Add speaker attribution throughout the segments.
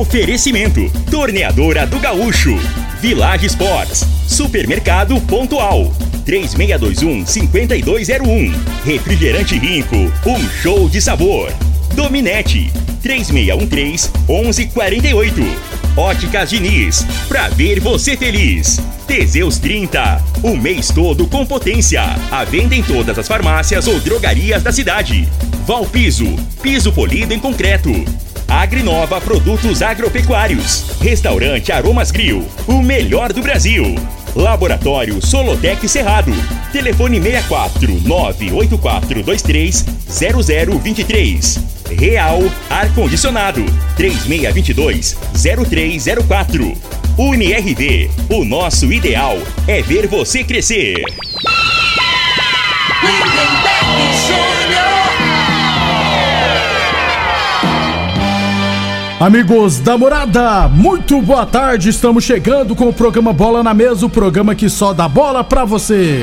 Speaker 1: Oferecimento: Torneadora do Gaúcho, Village Sports, Supermercado Pontual, 3621-5201, Refrigerante Rinco, um show de sabor. Dominete, 3613-1148. Óticas Diniz, pra ver você feliz. Teseus 30, o mês todo com potência. À venda em todas as farmácias ou drogarias da cidade. Valpiso, piso polido em concreto. Agrinova Produtos Agropecuários. Restaurante Aromas Grill, o melhor do Brasil. Laboratório Solotec Cerrado. Telefone 64-98423-0023. Real Ar-Condicionado, 3622-0304. UniRV, o nosso ideal é ver você crescer.
Speaker 2: Amigos da Morada, muito boa tarde. Estamos chegando com o programa Bola na Mesa, o programa que só dá bola pra você.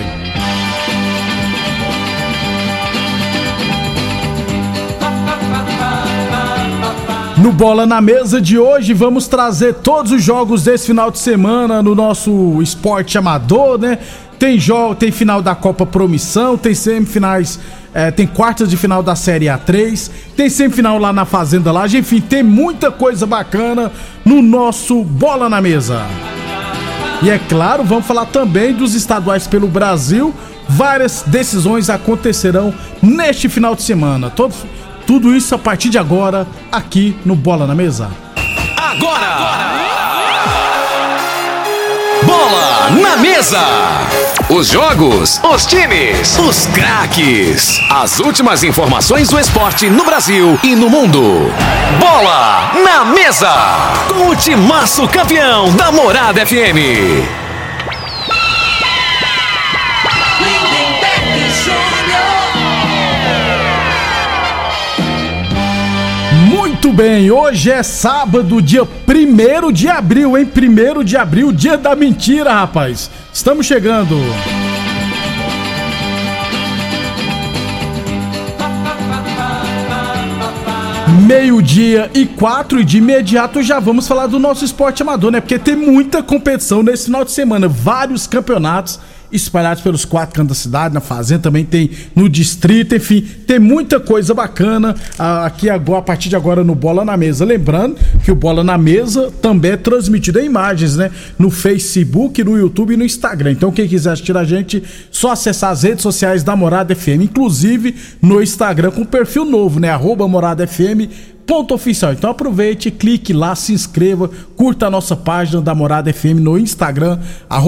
Speaker 2: No Bola na Mesa de hoje, vamos trazer todos os jogos desse final de semana no nosso esporte amador, né? Tem final da Copa Promissão, tem semifinais, tem quartas de final da Série A3, tem semifinal lá na Fazenda Laje, enfim, tem muita coisa bacana no nosso Bola na Mesa. E é claro, vamos falar também dos estaduais pelo Brasil. Várias decisões acontecerão neste final de semana. Tudo isso a partir de agora, aqui no Bola na Mesa.
Speaker 3: Agora! Bola na Mesa! Os jogos, os times, os craques. As últimas informações do esporte no Brasil e no mundo. Bola na Mesa! Com o timaço campeão da Morada FM.
Speaker 2: Muito bem, hoje é sábado, dia 1º de abril, hein? 1º de abril, dia da mentira, rapaz. Estamos chegando. Meio-dia e 4, e de imediato já vamos falar do nosso esporte amador, né? Porque tem muita competição nesse final de semana, vários campeonatos espalhados pelos 4 cantos da cidade, na Fazenda também tem no Distrito, enfim, tem muita coisa bacana aqui agora, a partir de agora no Bola na Mesa. Lembrando que o Bola na Mesa também é transmitido em imagens, né? No Facebook, no YouTube e no Instagram. Então quem quiser assistir a gente, só acessar as redes sociais da Morada FM, inclusive no Instagram com perfil novo, né? @MoradaFM.oficial. Então aproveite, clique lá, se inscreva, curta a nossa página da Morada FM no Instagram,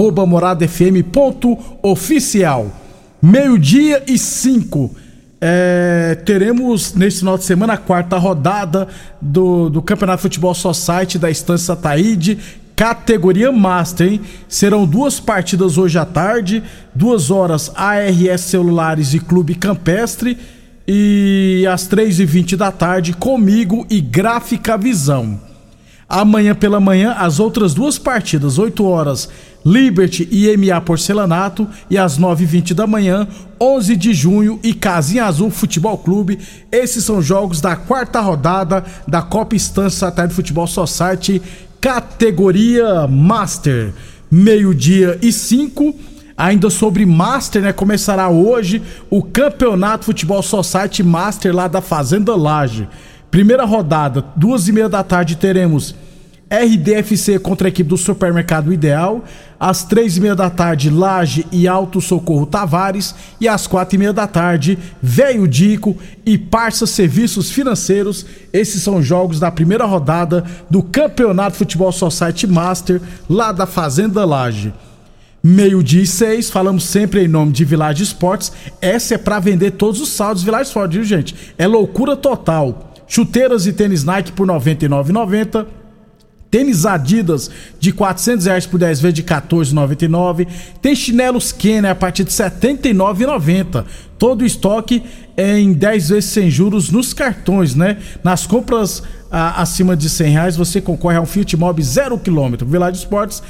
Speaker 2: @MoradaFM.oficial. 12:05. Teremos nesse final de semana a 4ª rodada do Campeonato de Futebol Society da Estância Ataíde, categoria Master, hein? Serão 2 partidas hoje à tarde, 2 horas ARS Celulares e Clube Campestre, e às 3h20 da tarde comigo e Gráfica Visão. Amanhã pela manhã, as outras 2 partidas, 8 horas Liberty e MA Porcelanato, e às 9h20 da manhã 11 de junho e Casinha Azul Futebol Clube. Esses são jogos da 4ª rodada da Copa Estância Ataíde Futebol Society categoria Master. 12:05. Ainda sobre Master, né? Começará hoje o Campeonato Futebol Society Master lá da Fazenda Laje. Primeira rodada, 2h30 da tarde, teremos RDFC contra a equipe do Supermercado Ideal. Às 3h30 da tarde, Laje e Alto Socorro Tavares. E às 4h30 da tarde, Velho Dico e Parça Serviços Financeiros. Esses são jogos da primeira rodada do Campeonato Futebol Society Master lá da Fazenda Laje. 12:06, falamos sempre em nome de Village Sports. Essa é pra vender todos os saldos Village Sports, viu, gente? É loucura total. Chuteiras e tênis Nike por R$ 99,90. Tênis Adidas de R$400 por 10 vezes de R$14,99. Tem chinelos Kenner a partir de R$ 79,90. Todo o estoque é em 10 vezes sem juros nos cartões, né? Nas compras acima de R$100 você concorre a um Fiat Mobi 0 km. Village Sports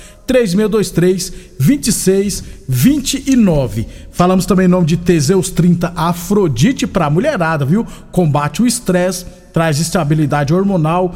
Speaker 2: 3623-2629. Falamos também em nome de Teseus 30 Afrodite pra mulherada, viu? Combate o estresse, traz estabilidade hormonal,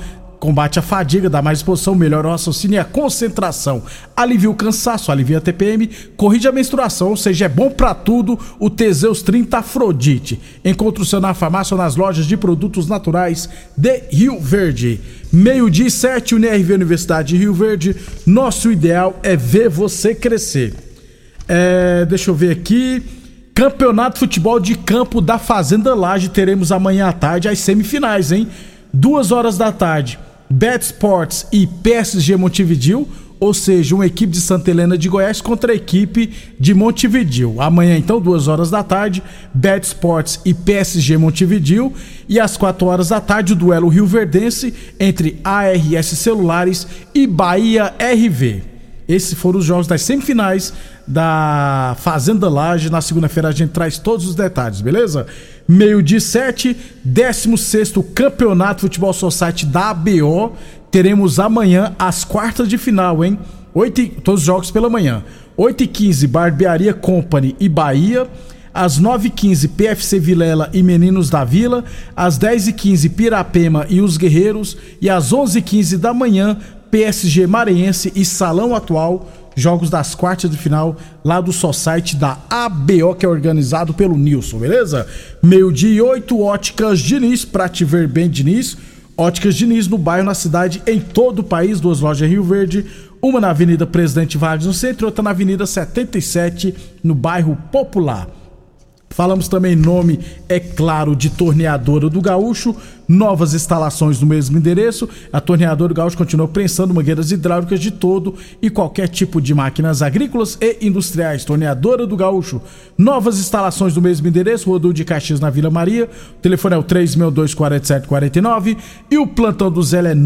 Speaker 2: combate a fadiga, dá mais disposição, melhora o raciocínio e a concentração, alivia o cansaço, alivia a TPM, corrige a menstruação, ou seja, é bom pra tudo o Teseus 30 Afrodite. Encontre o seu na farmácia ou nas lojas de produtos naturais de Rio Verde. 12:07, UniRV Universidade de Rio Verde, nosso ideal é ver você crescer. Deixa eu ver aqui, Campeonato de Futebol de Campo da Fazenda Laje, teremos amanhã à tarde as semifinais, hein? 2h da tarde, Bet Sports e PSG Montevideo, ou seja, uma equipe de Santa Helena de Goiás contra a equipe de Montevideo. Amanhã, então, 2h da tarde, Bet Sports e PSG Montevideo. E às 4h da tarde, o duelo rioverdense entre ARS Celulares e Bahia RV. Esses foram os jogos das semifinais da Fazenda Laje. Na segunda-feira a gente traz todos os detalhes, beleza? 12:07, 16º Campeonato Futebol Society da ABO. Teremos amanhã as quartas de final, hein? Todos os jogos pela manhã. 8h15, Barbearia Company e Bahia. Às 9h15, PFC Vilela e Meninos da Vila. Às 10h15, Pirapema e os Guerreiros. E às 11h15 da manhã, PSG Maranhense e Salão Atual. Jogos das quartas de final lá do Society da ABO, que é organizado pelo Nilson, beleza? 12:08, Óticas Diniz, pra te ver bem, Diniz. Óticas Diniz no bairro, na cidade, em todo o país. 2 lojas em Rio Verde, uma na Avenida Presidente Vargas no centro e outra na Avenida 77 no bairro Popular. Falamos também em nome, é claro, de Torneadora do Gaúcho, novas instalações no mesmo endereço. A Torneadora do Gaúcho continua prensando mangueiras hidráulicas de todo e qualquer tipo de máquinas agrícolas e industriais. Torneadora do Gaúcho, novas instalações no mesmo endereço, Rodul de Caxias na Vila Maria. O telefone é o 362-4749 e o plantão do Zé é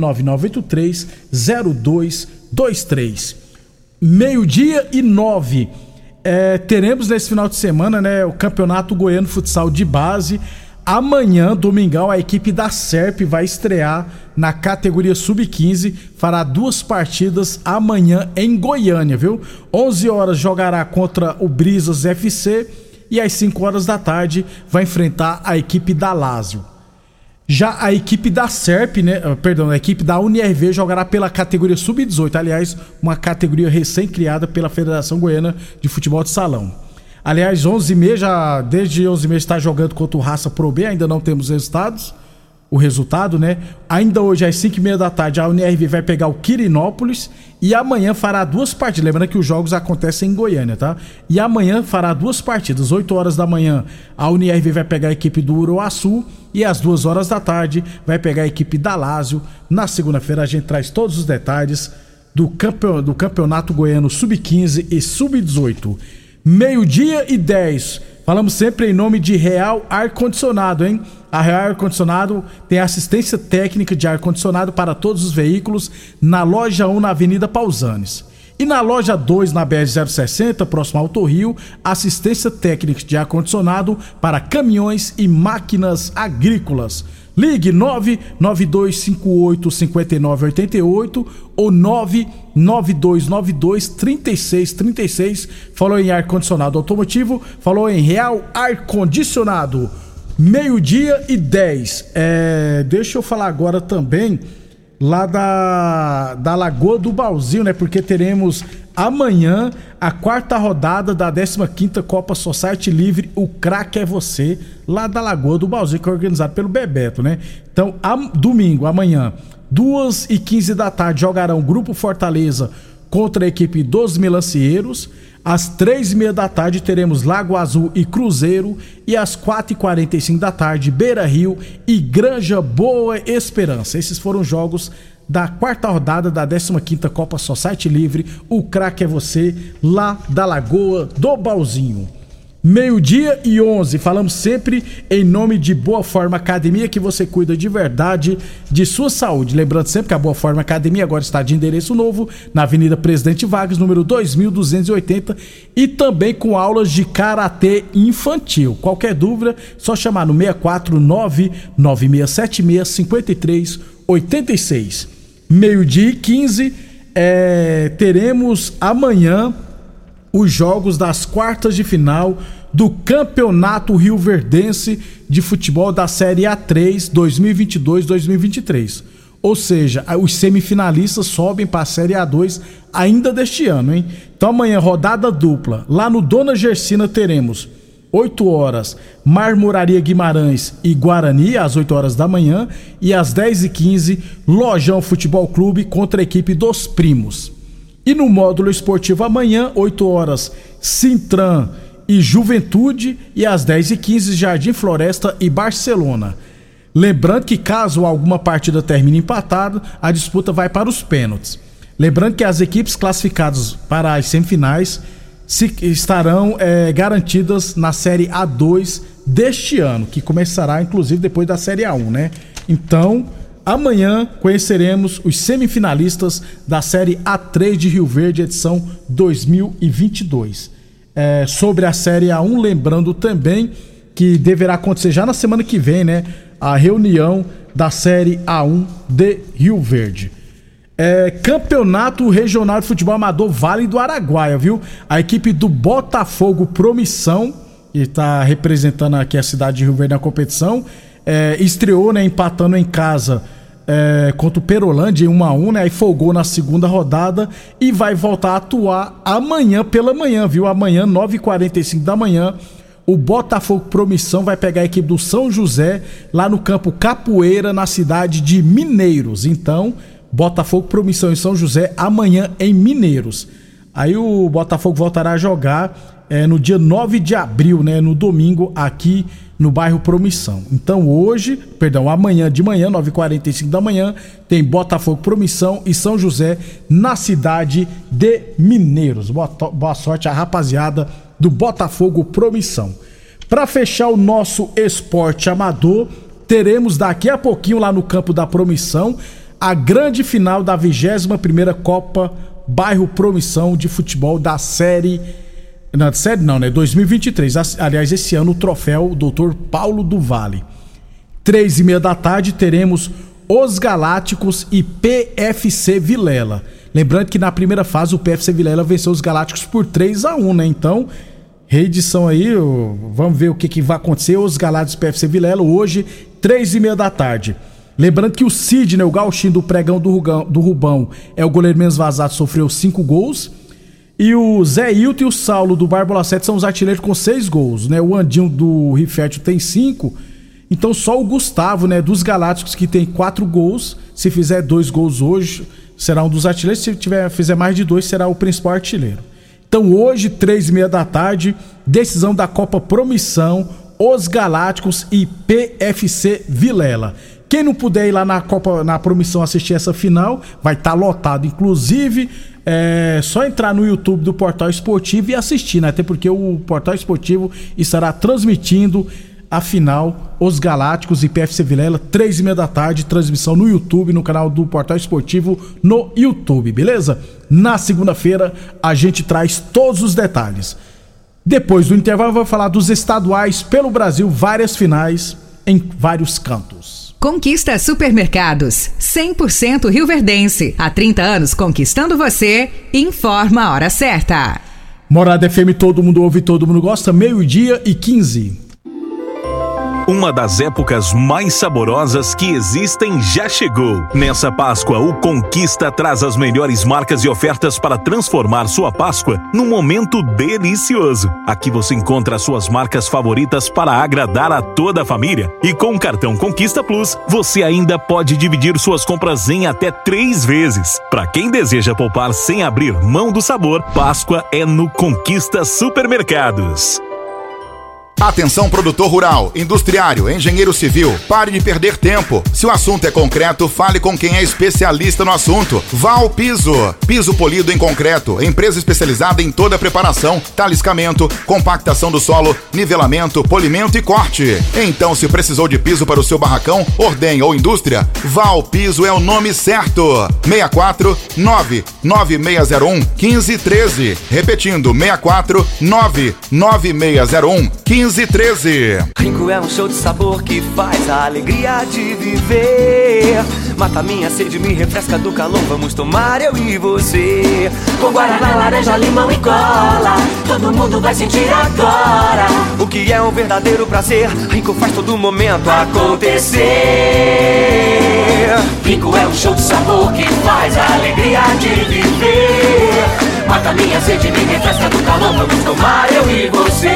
Speaker 2: 99983-0223. 12:09. Teremos nesse final de semana, né, o Campeonato Goiano Futsal de Base. Amanhã, domingão, a equipe da SERP vai estrear na categoria Sub-15, fará 2 partidas amanhã em Goiânia, viu? 11h jogará contra o Brisas FC e às 5h da tarde vai enfrentar a equipe da Lázio. Já a equipe da SERP, a equipe da UniRV jogará pela categoria Sub-18, aliás, uma categoria recém-criada pela Federação Goiana de Futebol de Salão. Aliás, 11h30, desde 11h30 está jogando contra o Raça Pro B, ainda não temos o resultado, né? Ainda hoje, às 5h30 da tarde, a UniRV vai pegar o Quirinópolis e amanhã fará 2 partidas. Lembrando que os jogos acontecem em Goiânia, tá? E amanhã fará 2 partidas. 8h da manhã, a UniRV vai pegar a equipe do Uruaçu e às 2h da tarde vai pegar a equipe da Lázio. Na segunda-feira a gente traz todos os detalhes do Campeonato Goiano Sub-15 e Sub-18. 12:10. Falamos sempre em nome de Real Ar-Condicionado, hein? A Real Ar-Condicionado tem assistência técnica de ar-condicionado para todos os veículos na loja 1 na Avenida Pausanes. E na loja 2 na BR-060, próximo ao Torrio, assistência técnica de ar-condicionado para caminhões e máquinas agrícolas. Ligue 99258-5988 ou 99292-3636. Falou em ar-condicionado automotivo, falou em Real Ar-Condicionado. 12:10. Deixa eu falar agora também lá da Lagoa do Balzinho, né? Porque teremos amanhã a 4ª rodada da 15ª Copa Society Livre, o craque é você, lá da Lagoa do Balzinho, que é organizado pelo Bebeto, né? Então, domingo, amanhã, 2h15 da tarde, jogarão o Grupo Fortaleza contra a equipe dos Melancieiros. Às 3h30 da tarde teremos Lago Azul e Cruzeiro. E às 4h45 da tarde, Beira Rio e Granja Boa Esperança. Esses foram os jogos da 4ª rodada da 15ª Copa Society Livre. O craque é você, lá da Lagoa do Balzinho. 12:11, falamos sempre em nome de Boa Forma Academia, que você cuida de verdade de sua saúde. Lembrando sempre que a Boa Forma Academia agora está de endereço novo, na Avenida Presidente Vargas, número 2280, e também com aulas de karatê infantil. Qualquer dúvida, só chamar no 649-9676-5386. 12:15, teremos amanhã os jogos das quartas de final do Campeonato Rioverdense de Futebol da Série A3 2022-2023. Ou seja, os semifinalistas sobem para a Série A2 ainda deste ano, hein? Então amanhã, rodada dupla. Lá no Dona Gersina teremos 8 horas, Marmoraria Guimarães e Guarani, às 8 horas da manhã. E às 10h15, Lojão Futebol Clube contra a equipe dos Primos. E no módulo esportivo amanhã, 8 horas, Sintran e Juventude. E às 10h15, Jardim Floresta e Barcelona. Lembrando que caso alguma partida termine empatada, a disputa vai para os pênaltis. Lembrando que as equipes classificadas para as semifinais estarão garantidas na Série A2 deste ano, que começará inclusive depois da Série A1, né? Então, amanhã conheceremos os semifinalistas da Série A3 de Rio Verde, edição 2022. Sobre a Série A1, lembrando também que deverá acontecer já na semana que vem, né? A reunião da Série A1 de Rio Verde. Campeonato Regional de Futebol Amador Vale do Araguaia, viu? A equipe do Botafogo Promissão, que está representando aqui a cidade de Rio Verde na competição, estreou, né, empatando em casa contra o Perolândia em 1-1, né? Aí folgou na segunda rodada e vai voltar a atuar amanhã pela manhã, viu? Amanhã, 9h45 da manhã, o Botafogo Promissão vai pegar a equipe do São José lá no campo Capoeira, na cidade de Mineiros. Então, Botafogo Promissão e São José amanhã em Mineiros. Aí o Botafogo voltará a jogar no dia 9 de abril, né, no domingo, aqui no bairro Promissão. Então amanhã de manhã, 9h45 da manhã, tem Botafogo Promissão e São José na cidade de Mineiros. Boa sorte à rapaziada do Botafogo Promissão. Para fechar o nosso esporte amador, teremos daqui a pouquinho lá no campo da Promissão a grande final da 21ª Copa Bairro Promissão de futebol da série 2023. Aliás, esse ano o troféu Dr. Paulo do Vale. 3h30 da tarde teremos Os Galácticos e PFC Vilela. Lembrando que na primeira fase o PFC Vilela venceu os Galácticos por 3-1, né? Então, reedição aí, vamos ver o que vai acontecer. Os Galácticos e PFC Vilela hoje, 3h30 da tarde. Lembrando que o Sidney, o gauchinho do Pregão do Rubão, é o goleiro menos vazado, sofreu 5 gols. E o Zé Hilton e o Saulo do Bárbola 7 são os artilheiros com 6 gols, né? O Andinho do Rio Fértil tem 5. Então só o Gustavo, né, dos Galácticos, que tem 4 gols. Se fizer 2 gols hoje, será um dos artilheiros. Se fizer mais de 2, será o principal artilheiro. Então hoje, 3h30 da tarde, decisão da Copa Promissão, Os Galácticos e PFC Vilela. Quem não puder ir lá na Promissão assistir essa final, vai estar lotado. Inclusive, só entrar no YouTube do Portal Esportivo e assistir, né? Até porque o Portal Esportivo estará transmitindo a final, Os Galácticos e PFC Vilela, 3h30 da tarde, transmissão no YouTube, no canal do Portal Esportivo no YouTube, beleza? Na segunda-feira a gente traz todos os detalhes. Depois do intervalo, eu vou falar dos estaduais pelo Brasil, várias finais em vários cantos.
Speaker 4: Conquista Supermercados, 100% rioverdense. Há 30 anos conquistando você. Informa a hora certa.
Speaker 2: Morada FM, todo mundo ouve, todo mundo gosta, 12h15.
Speaker 5: Uma das épocas mais saborosas que existem já chegou. Nessa Páscoa, o Conquista traz as melhores marcas e ofertas para transformar sua Páscoa num momento delicioso. Aqui você encontra as suas marcas favoritas para agradar a toda a família. E com o cartão Conquista Plus, você ainda pode dividir suas compras em até 3 vezes. Para quem deseja poupar sem abrir mão do sabor, Páscoa é no Conquista Supermercados.
Speaker 6: Atenção, produtor rural, industriário, engenheiro civil, pare de perder tempo. Se o assunto é concreto, fale com quem é especialista no assunto. Val Piso, piso polido em concreto, empresa especializada em toda a preparação, taliscamento, compactação do solo, nivelamento, polimento e corte. Então, se precisou de piso para o seu barracão, ordem ou indústria, Val Piso é o nome certo. 64 99601 1513. Repetindo, 64 99601 1513.
Speaker 7: Rinco é um show de sabor que faz a alegria de viver. Mata minha sede, me refresca do calor. Vamos tomar eu e você. Com guaraná, laranja, limão e cola. Todo mundo vai sentir agora o que é um verdadeiro prazer. Rinco faz todo momento acontecer. Rico é um show de sabor que faz a alegria de viver. Mata minha sede, me refresca do calor, vamos tomar eu e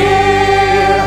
Speaker 7: você.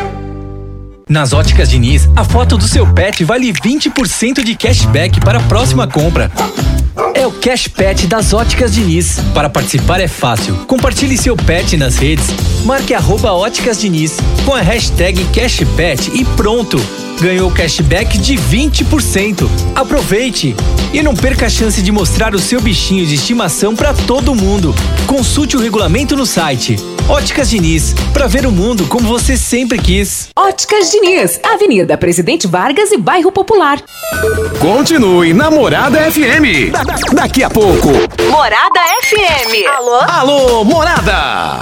Speaker 8: Nas Óticas Diniz, a foto do seu pet vale 20% de cashback para a próxima compra. É o Cash Pet das Óticas Diniz. Para participar é fácil. Compartilhe seu pet nas redes. Marque @Óticas Diniz com a hashtag CashPet e pronto. Ganhou cashback de 20%. Aproveite! E não perca a chance de mostrar o seu bichinho de estimação para todo mundo. Consulte o regulamento no site. Óticas Diniz, para ver o mundo como você sempre quis.
Speaker 9: Óticas Diniz, Avenida Presidente Vargas e Bairro Popular.
Speaker 3: Continue na Morada FM. Daqui a pouco.
Speaker 9: Morada FM. Alô?
Speaker 3: Alô, Morada!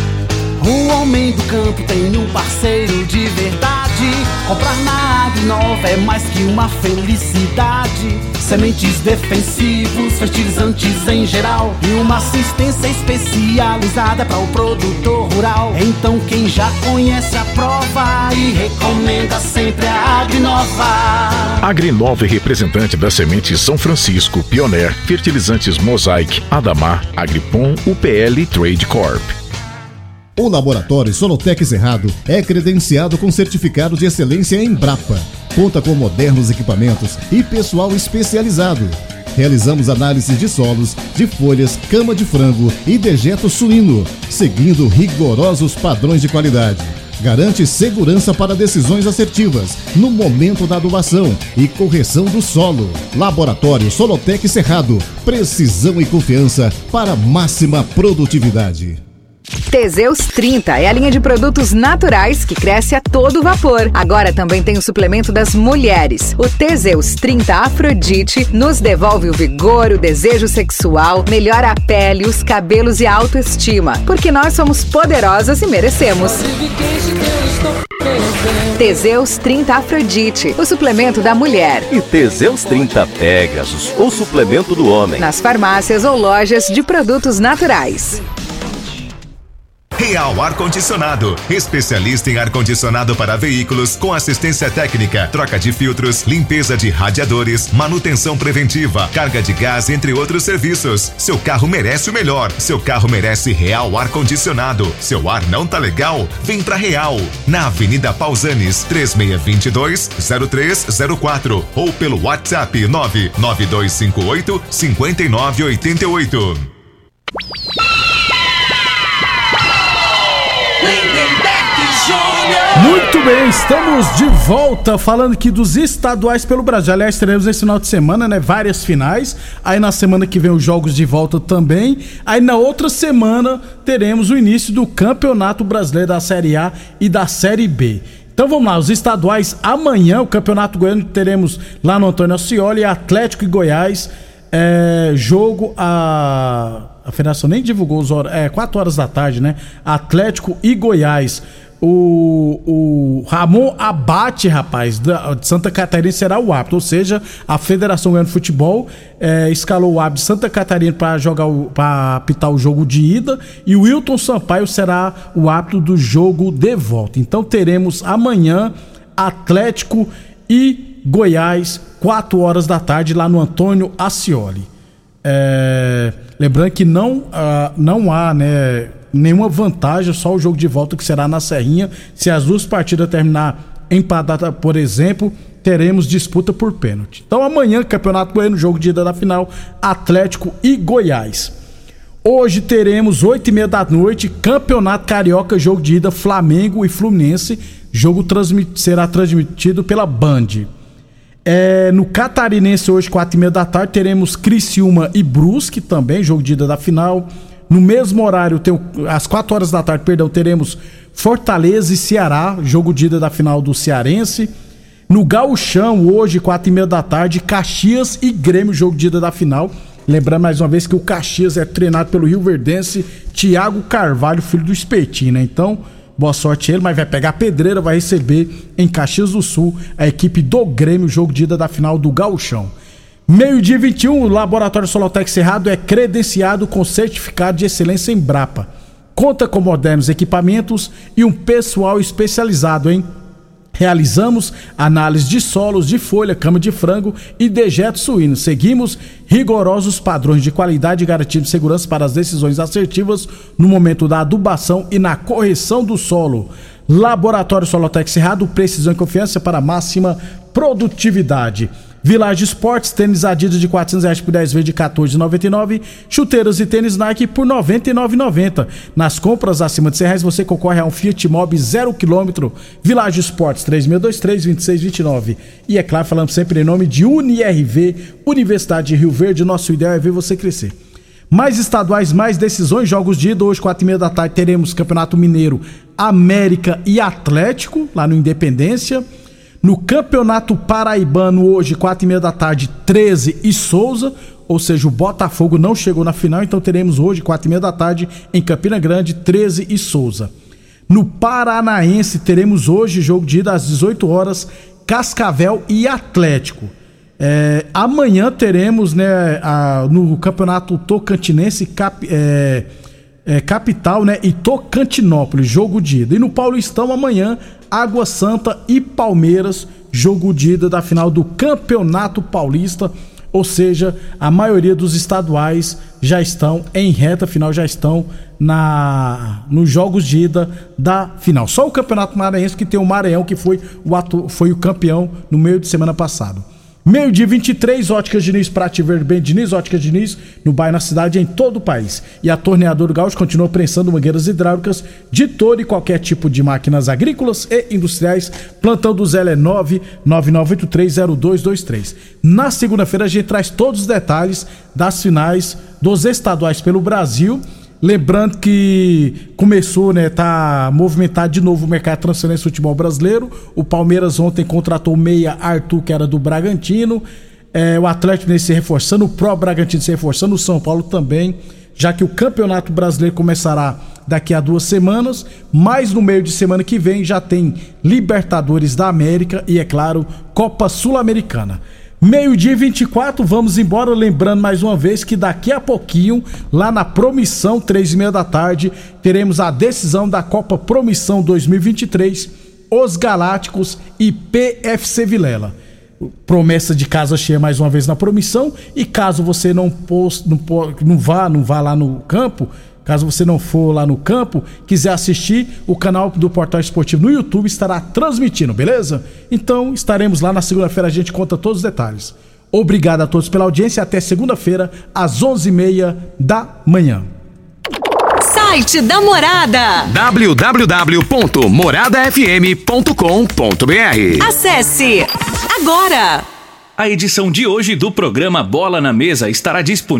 Speaker 10: O homem do campo tem um parceiro de verdade. Comprar na Agrinova é mais que uma felicidade. Sementes defensivos, fertilizantes em geral e uma assistência especializada para o produtor rural. Então quem já conhece a prova e recomenda sempre a Agrinova.
Speaker 11: Agrinova é representante das sementes São Francisco, Pioneer, fertilizantes Mosaic, Adamar, Agripom, UPL Trade Corp.
Speaker 12: O Laboratório Solotec Cerrado é credenciado com certificado de excelência em Embrapa. Conta com modernos equipamentos e pessoal especializado. Realizamos análises de solos, de folhas, cama de frango e dejeto suíno, seguindo rigorosos padrões de qualidade. Garante segurança para decisões assertivas no momento da adubação e correção do solo. Laboratório Solotec Cerrado. Precisão e confiança para máxima produtividade.
Speaker 4: Teseus 30 é a linha de produtos naturais que cresce a todo vapor. Agora também tem o suplemento das mulheres. O Teseus 30 Afrodite nos devolve o vigor, o desejo sexual, melhora a pele, os cabelos e a autoestima. Porque nós somos poderosas e merecemos. Teseus 30 Afrodite, o suplemento da mulher.
Speaker 13: E Teseus 30 Pegasus, o suplemento do homem.
Speaker 4: Nas farmácias ou lojas de produtos naturais.
Speaker 14: Real Ar-Condicionado, especialista em ar-condicionado para veículos com assistência técnica, troca de filtros, limpeza de radiadores, manutenção preventiva, carga de gás, entre outros serviços. Seu carro merece o melhor, seu carro merece Real Ar-Condicionado. Seu ar não tá legal? Vem pra Real, na Avenida Pausanes, 3622-0304 ou pelo WhatsApp 99258-5988.
Speaker 2: Muito bem, estamos de volta falando aqui dos estaduais pelo Brasil. Aliás, teremos esse final de semana, né? Várias finais. Aí na semana que vem os jogos de volta também. Aí na outra semana teremos o início do Campeonato Brasileiro da Série A e da Série B. Então vamos lá, os estaduais amanhã, o Campeonato Goiano teremos lá no Antônio Ascioli, Atlético e Goiás. Jogo a federação nem divulgou os horários, 4 horas da tarde, né? Atlético e Goiás. O Ramon Abate, rapaz, de Santa Catarina será o árbitro, ou seja, a Federação Goiana de Futebol escalou o árbitro de Santa Catarina para apitar o jogo de ida e o Wilton Sampaio será o árbitro do jogo de volta. Então teremos amanhã Atlético e Goiás, 4 horas da tarde, lá no Antônio Ascioli. Lembrando que não há, né, nenhuma vantagem, só o jogo de volta que será na Serrinha. Se as duas partidas terminar empatadas, por exemplo, teremos disputa por pênalti. Então amanhã, Campeonato Goiano, jogo de ida da final, Atlético e Goiás. Hoje teremos 8h30 da noite, Campeonato Carioca, jogo de ida, Flamengo e Fluminense. Jogo será transmitido pela Band. No Catarinense, hoje, 4h30 da tarde, teremos Criciúma e Brusque também, jogo de ida da final. No mesmo horário, às 4 horas da tarde, teremos Fortaleza e Ceará, jogo de ida da final do Cearense. No Gauchão, hoje, 4h30 da tarde, Caxias e Grêmio, jogo de ida da final. Lembrando mais uma vez que o Caxias é treinado pelo rioverdense Thiago Carvalho, filho do Espetinho, né? Então, boa sorte a ele, mas vai pegar a pedreira, vai receber em Caxias do Sul a equipe do Grêmio, jogo de ida da final do Gauchão. 12h21, o Laboratório Solotec Cerrado é credenciado com certificado de excelência em Embrapa. Conta com modernos equipamentos e um pessoal especializado, hein? Realizamos análise de solos, de folha, cama de frango e dejeto suíno. Seguimos rigorosos padrões de qualidade e garantia de segurança para as decisões assertivas no momento da adubação e na correção do solo. Laboratório Solotec Cerrado, precisão e confiança para máxima produtividade. Village Esportes, tênis Adidas de R$400 por 10 vezes de R$14,99. Chuteiras e tênis Nike por R$99,90. Nas compras acima de R$100 você concorre a um Fiat Mobi 0 km. Village Esportes 3623-2629. E é claro, falamos sempre em nome de UniRV, Universidade de Rio Verde. Nosso ideal é ver você crescer. Mais estaduais, mais decisões, jogos de ida. Hoje, 4h30 da tarde, teremos Campeonato Mineiro, América e Atlético, lá no Independência. No Campeonato Paraibano, hoje, 4h30 da tarde, 13 e Souza, ou seja, o Botafogo não chegou na final, então teremos hoje, 4h30 da tarde, em Campina Grande, 13 e Souza. No Paranaense, teremos hoje, jogo de ida às 18 horas, Cascavel e Atlético. Amanhã teremos, né, no Campeonato Tocantinense, Capital, né, e Tocantinópolis, jogo de ida. E no Paulistão, amanhã, Água Santa e Palmeiras, jogo de ida da final do Campeonato Paulista, ou seja, a maioria dos estaduais já estão em reta final, já estão nos jogos de ida da final. Só o Campeonato Maranhense que tem o Maranhão, que foi o campeão no meio de semana passado. 12h23, Óticas Diniz, Prate Verde Bem Diniz, Óticas Diniz, no bairro, na cidade, em todo o país. E a Torneadora Gaúcho continua prensando mangueiras hidráulicas de todo e qualquer tipo de máquinas agrícolas e industriais. Plantão do Zé é 999830223. Na segunda-feira a gente traz todos os detalhes das finais dos estaduais pelo Brasil. Lembrando que começou, né, tá movimentado de novo o mercado de transferência do futebol brasileiro. O Palmeiras ontem contratou o meia Arthur, que era do Bragantino. O Atlético se reforçando, o próprio Bragantino se reforçando, o São Paulo também, já que o Campeonato Brasileiro começará daqui a 2 semanas, mas no meio de semana que vem já tem Libertadores da América e, é claro, Copa Sul-Americana. 12h24, vamos embora, lembrando mais uma vez que daqui a pouquinho, lá na Promissão, 3h30 da tarde, teremos a decisão da Copa Promissão 2023, Os Galácticos e PFC Vilela. Promessa de casa cheia mais uma vez na Promissão, e caso você não vá lá no campo, caso você não for lá no campo, quiser assistir, o canal do Portal Esportivo no YouTube estará transmitindo, beleza? Então estaremos lá na segunda-feira, a gente conta todos os detalhes. Obrigado a todos pela audiência, até segunda-feira às 11h30 da manhã.
Speaker 9: Site da Morada,
Speaker 3: www.moradafm.com.br.
Speaker 9: Acesse agora.
Speaker 15: A edição de hoje do programa Bola na Mesa estará disponível